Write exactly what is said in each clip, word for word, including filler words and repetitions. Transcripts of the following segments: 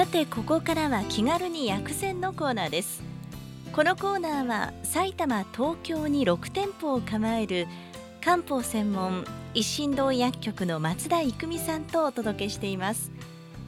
てここからは気軽に薬膳のコーナーです。このコーナーは埼玉、東京にろくてんぽを構える漢方専門一心堂薬局の松田育美さんとお届けしています。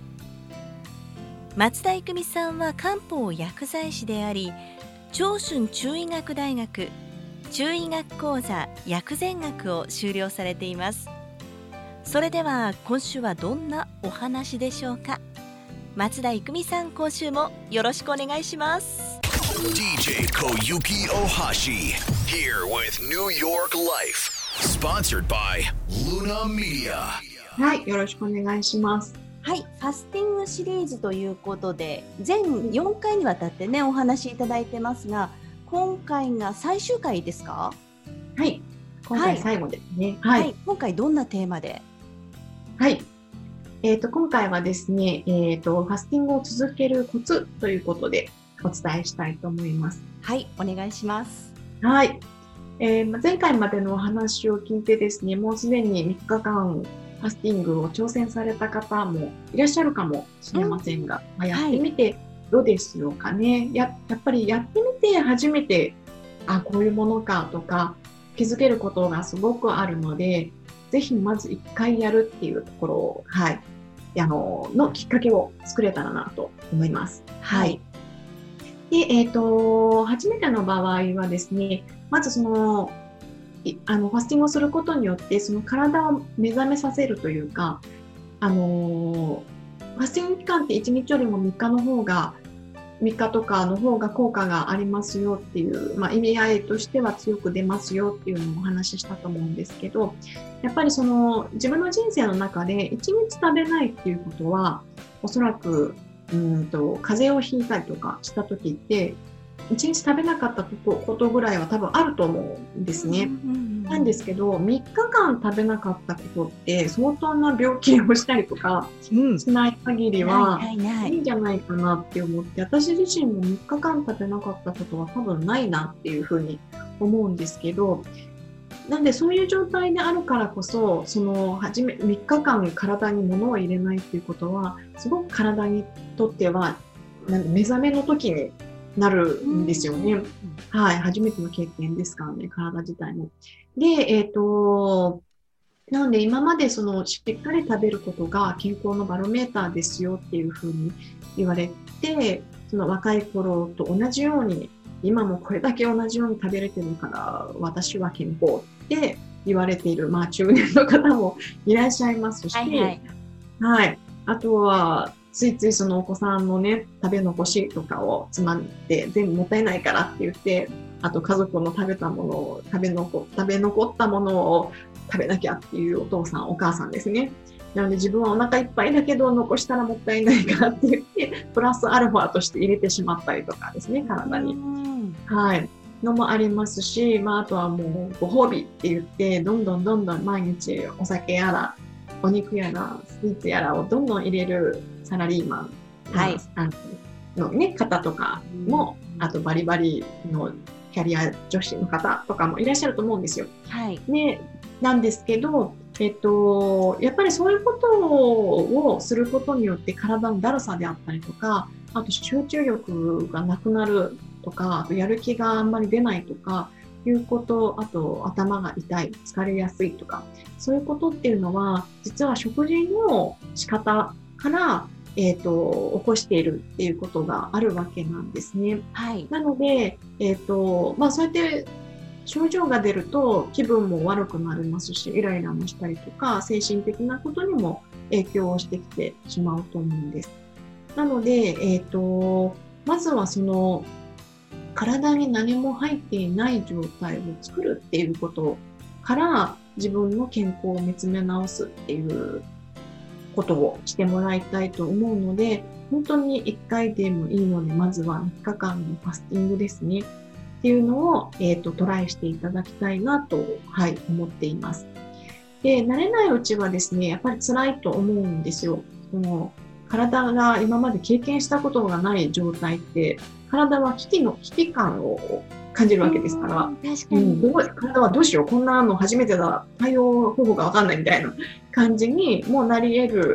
松田育美さんは漢方薬剤師であり、長春中医学大学中医学講座薬膳学を修了されています。それでは今週はどんなお話でしょうか。松田育美さん、今週もよろしくお願いします。 ディージェー Koyuki Ohashi here with New York Life sponsored by Luna Media。 はい、よろしくお願いします。 はい、ファスティングシリーズということで全よんかいにわたってねお話しいただいてますが、今回が最終回ですか？ はい、今回最後ですね。はい、 はい、今回どんなテーマで？ はい、えーと、今回はですね、えーと、ファスティングを続けるコツということでお伝えしたいと思います。 はい、お願いします。 はい、えー、前回までのお話を聞いてですね、もうすでにみっかかんファスティングを挑戦された方もいらっしゃるかもしれませんが、うんまあ、やってみてどうですよかね。や、やっぱりやってみて初めて、あ、こういうものかとか気づけることがすごくあるので、ぜひまずいっかいやるっていうところを、はい、あの、のきっかけを作れたらなと思います。はい。で、えっと、初めての場合はですね、まずその、あのファスティングをすることによってその体を目覚めさせるというか、あのファスティング期間っていちにちよりもみっかの方がみっかとかの方が効果がありますよっていう、まあ、意味合いとしては強く出ますよっていうのもお話ししたと思うんですけど、やっぱりその自分の人生の中でいちにち食べないっていうことはおそらくうんと風邪をひいたりとかした時っていちにち食べなかったことぐらいは多分あると思うんですね。うんうんうん、なんですけどみっかかん食べなかったことって相当な病気をしたりとかしない限りはいいんじゃないかなって思って、私自身もみっかかん食べなかったことは多分ないなっていうふうに思うんですけど、なんでそういう状態であるからこそ、その初めみっかかん体に物を入れないっていうことはすごく体にとってはなん目覚めの時になるんですよね。はい、初めての経験ですからね、体自体も。で、えっと、なので今までそのしっかり食べることが健康のバロメーターですよっていうふうに言われて、その若い頃と同じように、今もこれだけ同じように食べれてるから私は健康って言われている、まあ中年の方もいらっしゃいますし、はいはい、はい、あとは、ついついそのお子さんのね食べ残しとかをつまんで全部もったいないからって言って、あと家族の食べたものを食べ残食べ残ったものを食べなきゃっていうお父さんお母さんですね。なので自分はお腹いっぱいだけど残したらもったいないからって言ってプラスアルファとして入れてしまったりとかですね、体に、はいのもありますし、まあ、あとはもうご褒美って言ってどんどんどんどん毎日お酒やらお肉やらスイーツやらをどんどん入れるサラリーマン、はい、あのの、ね、方とかも、あとバリバリのキャリア女子の方とかもいらっしゃると思うんですよ。はい、ね、なんですけど、えっと、やっぱりそういうことをすることによって体のだるさであったりとか、あと集中力がなくなるとか、あとやる気があんまり出ないとかいうこと、あと頭が痛い、疲れやすいとか、そういうことっていうのは実は食事の仕方から、えーと、起こしているっていうことがあるわけなんですね。はい、なので、えーとまあ、そうやって症状が出ると気分も悪くなりますし、イライラもしたりとか精神的なことにも影響をしてきてしまうと思うんです。なので、えーと、まずはその体に何も入っていない状態を作るっていうことから自分の健康を見つめ直すっていうことをしてもらいたいと思うので、本当にいっかいでもいいので、まずはみっかかんのファスティングですねっていうのを、えーと、トライしていただきたいなと、はい、思っています。で、慣れないうちはですね、やっぱり辛いと思うんですよ。その体が今まで経験したことがない状態って、体は危機の危機感を感じるわけですから、確かに、うん、どう体はどうしよう、こんなの初めてだ、対応方法が分かんないみたいな感じにもうなり得る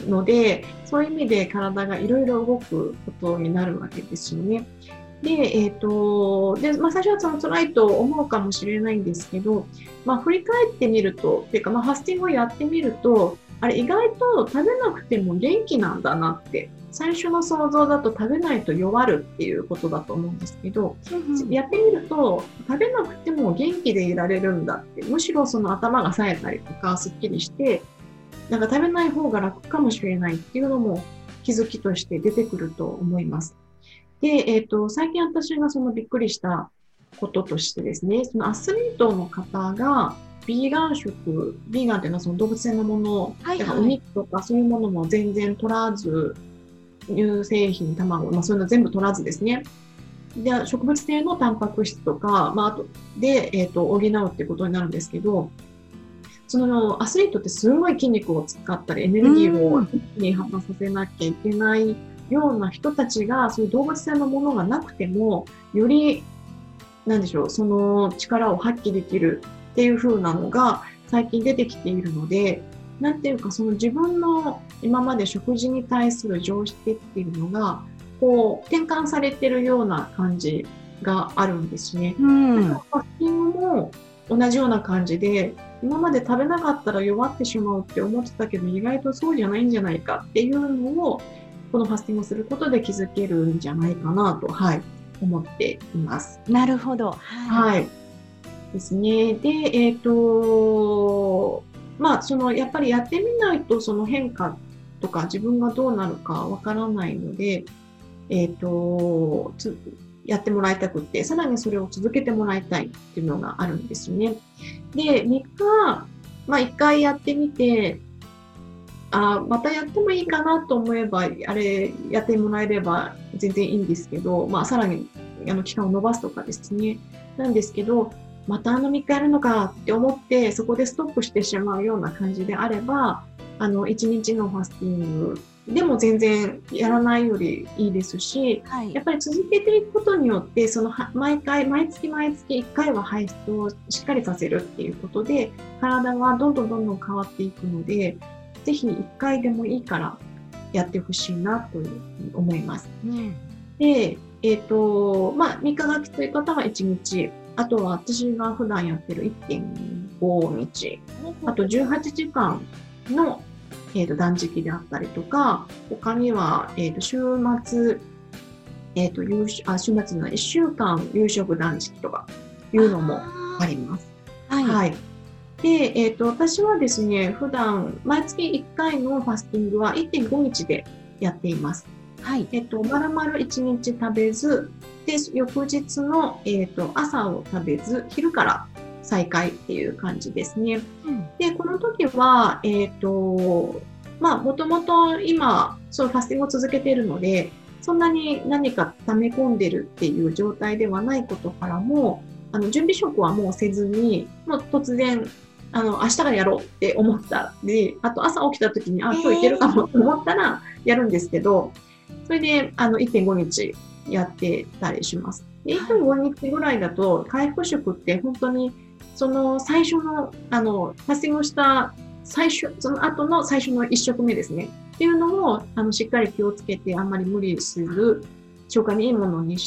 ので、そういう意味で体がいろいろ動くことになるわけですよね。で、えっと、で、まあ、最初はその辛いと思うかもしれないんですけど、まあ、振り返ってみると、っていうか、まあ、ファスティングをやってみると、あれ、意外と食べなくても元気なんだなって、最初の想像だと食べないと弱るっていうことだと思うんですけど、うんうん、やってみると、食べなくても元気でいられるんだって、むしろその頭が冴えたりとか、すっきりして、なんか食べない方が楽かもしれないっていうのも気づきとして出てくると思います。で、えっと、最近私がそのびっくりしたこととしてですね、そのアスリートの方が、ビーガン食、ビーガンっていうのはその動物性のもの、はいはい、お肉とかそういうものも全然取らず、乳製品、卵、まあ、そういうの全部取らずですね。で、植物性のタンパク質とか、まあ、あとで、えっと、補うっていうことになるんですけど、そのアスリートってすごい筋肉を使ったり、エネルギーを一気に発散させなきゃいけないような人たちが、そういう動物性のものがなくても、より、なんでしょう、その力を発揮できるっていう風なのが最近出てきているので、なんていうか、その自分の今まで食事に対する常識っていうのが、こう、転換されてるような感じがあるんですね。うん、ファスティングも同じような感じで、今まで食べなかったら弱ってしまうって思ってたけど、意外とそうじゃないんじゃないかっていうのを、このファスティングをすることで気づけるんじゃないかなと、はい、思っています。 なるほど。 はい。はい、ですね。で、えっと、まあ、その、やっぱりやってみないと、その変化とか自分がどうなるかわからないので、えっと、つやってもらいたくって、さらにそれを続けてもらいたいっていうのがあるんですね。で、みっか、まあ、いっかいやってみて、あ、またやってもいいかなと思えば、あれ、やってもらえれば全然いいんですけど、まあ、さらに、あの、期間を延ばすとかですね。なんですけど、またあのみっかやるのかって思って、そこでストップしてしまうような感じであれば、あの、いちにちのファスティングでも全然やらないよりいいですし、はい、やっぱり続けていくことによって、その、毎回、毎月毎月いっかいは排出をしっかりさせるっていうことで、体はどんどんどんどん変わっていくので、ぜひいっかいでもいいからやってほしいなというふうに思います。うん、で、えっと、まあ、みっかがきつい方はいちにち、あとは私が普段やってる いってんごにち、あとじゅうはちじかんの、えー、と断食であったりとか、他には、えー、と週末、えー、と夕あ週末のいっしゅうかん夕食断食とかいうのもあります。はい、はい。で、えっと、私はですね、普段、毎月いっかいのファスティングは いってんごにちでやっています。はい。えっと、まるまるいちにち食べず、で、翌日の、えっと、朝を食べず、昼から再開っていう感じですね。うん、で、この時は、えっと、まあ、もともと今、そのファスティングを続けているので、そんなに何か溜め込んでるっていう状態ではないことからも、あの、準備食はもうせずに、もう突然、あの、明日からやろうって思ったり、あと朝起きた時に、あ、今日いけるかもと思ったらやるんですけど、それで、あの、いってんごにちやってたりします。で、いってんごにちぐらいだと、回復食って本当に、その最初の、あの、ファスティングした最初、その後の最初のいっ食目ですね。っていうのを、あの、しっかり気をつけて、あんまり無理する、消化にいいものにして、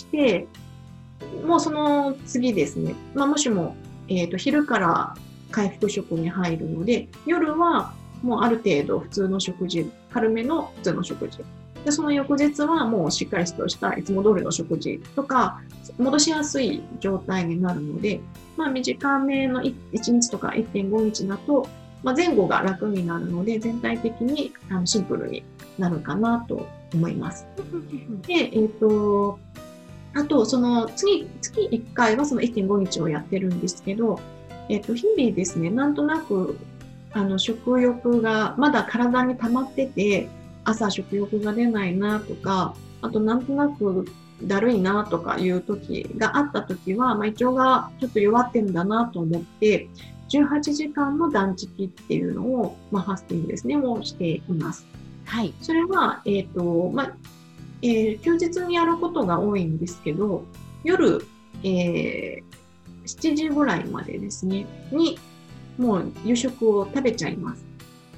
もうその次ですね、まあ、もしも、えっと、昼から回復食に入るので、夜はもうある程度普通の食事、軽めの普通の食事。で、その翌日はもうしっかりとしたいつも通りの食事とか、戻しやすい状態になるので、まあ短めのいちにちとか いってんごにちだと、まあ、前後が楽になるので、全体的にあのシンプルになるかなと思います。で、えっと、あと、その次、月いっかいはその いってんごにちをやってるんですけど、えっと、日々ですね、なんとなく、あの、食欲がまだ体に溜まってて、朝食欲が出ないなとか、あとなんとなくだるいなとかいう時があった時は、まあ、胃腸がちょっと弱ってんだなと思って、じゅうはちじかんの断食っていうのを、まあ、ファスティングですね、をしています。はい。それは、えっと、まあ、えー、休日にやることが多いんですけど、夜、えー、しちじぐらいまでですね、に、もう夕食を食べちゃいます。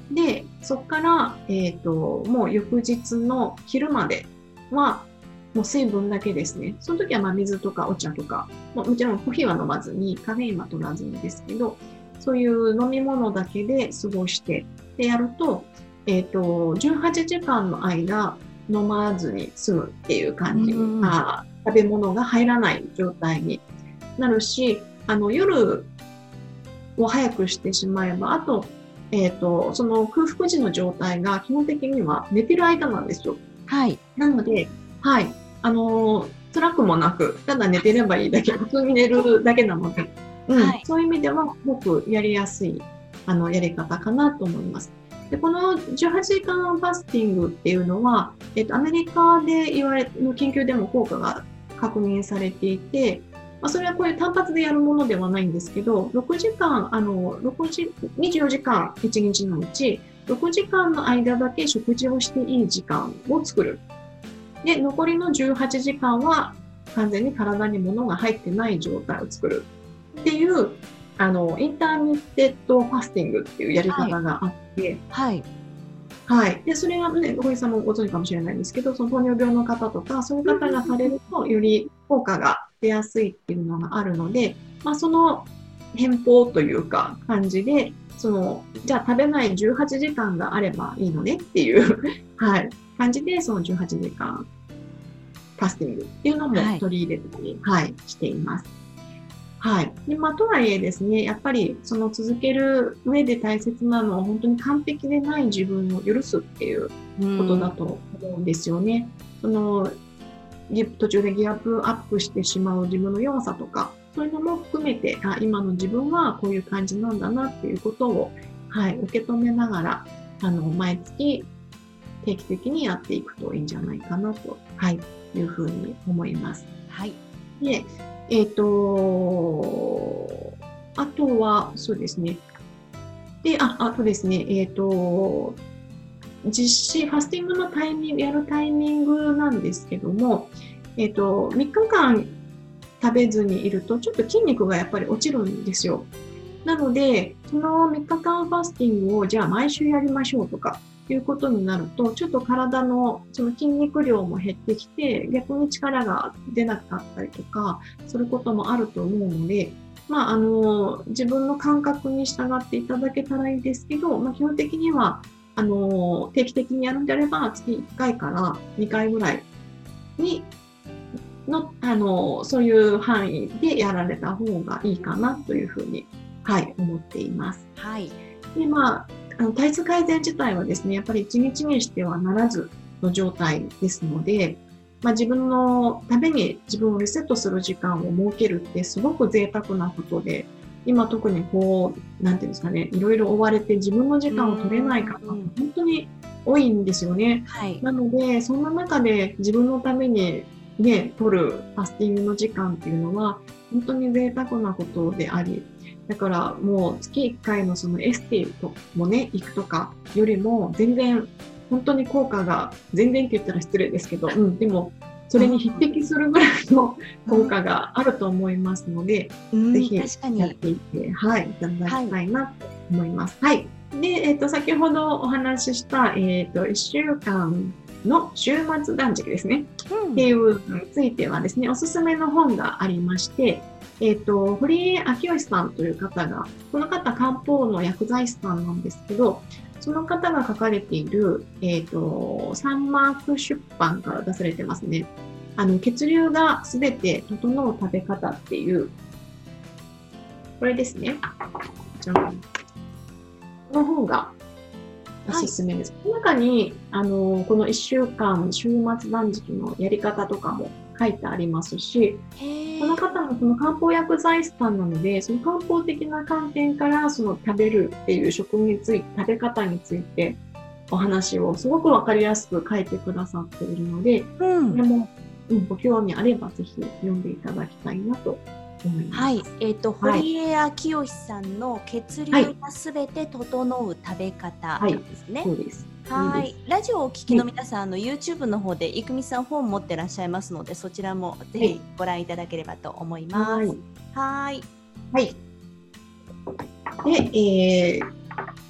で、そこから、えっと、もう翌日の昼までは、もう水分だけですね。その時はまあ水とかお茶とか、ももちろんコーヒーは飲まずに、カフェインは取らずにですけど、そういう飲み物だけで過ごしてでやると、えっと、じゅうはちじかんの間飲まずに済むっていう感じ、うん、あ食べ物が入らない状態になるし、あの夜を早くしてしまえば、あと、えっと、その空腹時の状態が基本的には寝てる間なんですよ。 はい。 なので、はい、あの辛くもなく、ただ寝てればいいだけ、普通に寝るだけなので、うんはい、そういう意味ではすごくやりやすいあのやり方かなと思います。でこのじゅうはちじかんファスティングっていうのは、えっと、アメリカで言われの研究でも効果が確認されていて、まあ、それはこういう単発でやるものではないんですけど、ろくじかん、あのろくじにじゅうよじかんいちにちのうちろくじかんの間だけ食事をしていい時間を作る。で残りのじゅうはちじかんは完全に体に物が入ってない状態を作るっていうあのインターミッテッドファスティングっていうやり方があって、 はいはいはい、でそれはね、小木さんもご存知かもしれないんですけど、その糖尿病の方とかそういう方がされるとより効果が出やすいっていうのがあるので、まあ、その偏方というか感じで、そのじゃあ食べないじゅうはちじかんがあればいいのねっていう、はい、感じでそのじゅうはちじかんファスティングっていうのも取り入れたり、はいはい、しています。はいでまあ、とはいえですね、やっぱりその続ける上で大切なのは本当に完璧でない自分を許すっていうことだと思うんですよね。その途中でギアップアップしてしまう自分の弱さとか、そういうのも含めて、あ今の自分はこういう感じなんだなっていうことを、はい、受け止めながらあの毎月定期的にやっていくといいんじゃないかなと、はい、いうふうに思います。 はい。 でえっと、あとは、そうですね。で、あ、あとですね、えっと、実施、ファスティングのタイミング、やるタイミングなんですけども、えっと、みっかかん食べずにいると、ちょっと筋肉がやっぱり落ちるんですよ。なので、そのみっかかんファスティングを、じゃあ毎週やりましょうとか、いうことになると、ちょっと体のその筋肉量も減ってきて、逆に力が出なかったりとかすることもあると思うので、まあ、あの自分の感覚に従っていただけたらいいですけど、まあ、基本的にはあの定期的にやるんであれば月いっかいからにかいぐらいにのあのそういう範囲でやられた方がいいかなというふうに、はい、思っています。 はい、 でまああの体質改善自体はですね、やっぱりいちにちにしてはならずの状態ですので、まあ、自分のために自分をリセットする時間を設けるってすごく贅沢なことで、今特にこう、なんていうんですかね、いろいろ追われて自分の時間を取れない方が本当に多いんですよね。 はい、 なので、そんな中で自分のためにね、取るファスティングの時間っていうのは本当に贅沢なことであり、だからもう月いっかいのそのエステともね、行くとかよりも全然本当に効果が全然って言ったら失礼ですけど、うん、でもそれに匹敵するぐらいの効果があると思いますので、うん、ぜひやっていって、はい、いただきたいなと思います。はい。はい、で、えっと、先ほどお話しした、えっと、いっしゅうかんの週末断食ですね、うん、っていうのについてはですね、おすすめの本がありまして、えっと、堀江明義さんという方が、この方漢方の薬剤師さんなんですけど、その方が書かれている、えっと、サンマーク出版から出されてますね。あの、血流がすべて整う食べ方っていう、これですね。じゃあ、この本がおすすめです。はい、この中に、あの、このいっしゅうかん週末断食のやり方とかも書いてありますし、この方もその漢方薬剤師さんなので、その漢方的な観点からその食べるっていう食について、食べ方についてお話をすごくわかりやすく書いてくださっているので、うん、これも、うん、ご興味あればぜひ読んでいただきたいなと思います。 はい、えっと、堀江明義さんの血流がすべて整う食べ方ですね。 はい、そうです。 はい、ラジオをお聞きの皆さん、あの YouTube の方で生見さん本持ってらっしゃいますので、そちらもぜひご覧いただければと思います。はい。 はい。で、えー、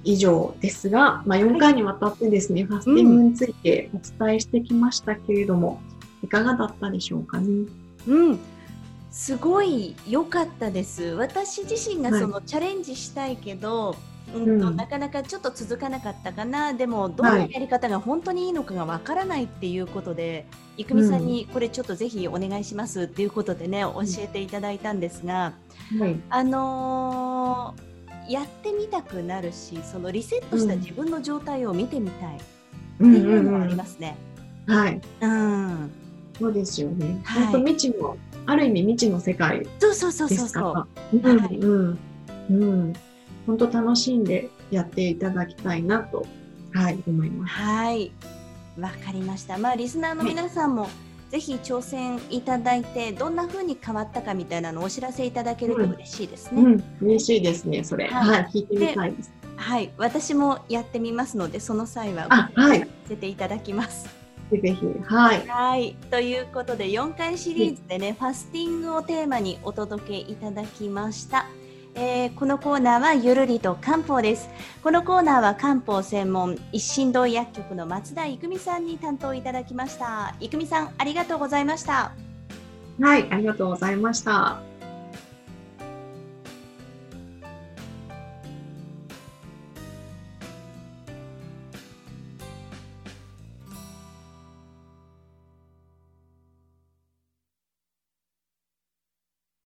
以上ですが、まあ、よんかいにわたってですね、ファスティングについてお伝えしてきましたけれども、いかがだったでしょうかね。 うん、すごい良かったです。私自身がはいそのチャレンジしたいけど、うんとうんなかなかちょっと続かなかったかな。でもどんなはいやり方が本当にいいのかがわからないっていうことで、いくみさんにこれちょっとぜひお願いしますっていうことでね、教えていただいたんですが、 はいあのーやってみたくなるし、そのリセットしたうん自分の状態を見てみたいってうんいうのはあうんうんりますね。 はい、 うん。 そうですよね。 はい本当未知の、ある意味未知の世界そうそうそうですかそうそう。 ら、うんはいうんうん、本当楽しんでやっていただきたいなと、はい、思います。 はい、わかりました。まあリスナーの皆さんも、ぜひ挑戦いただいて、どんな風に変わったかみたいなのをお知らせいただけると嬉しいですね。 うん、嬉しいですね、それ。 はいはい、聞いてみたいです。 はい、私もやってみますので、その際はあはいさせていただきます。 ぜひぜひ、はい。 はい、ということでよんかいシリーズでね、ファスティングをテーマにお届けいただきました。えーこのコーナーはゆるりと漢方です。このコーナーは漢方専門一心堂薬局の松田郁美さんに担当いただきました。郁美さん、ありがとうございました。 はい、ありがとうございました。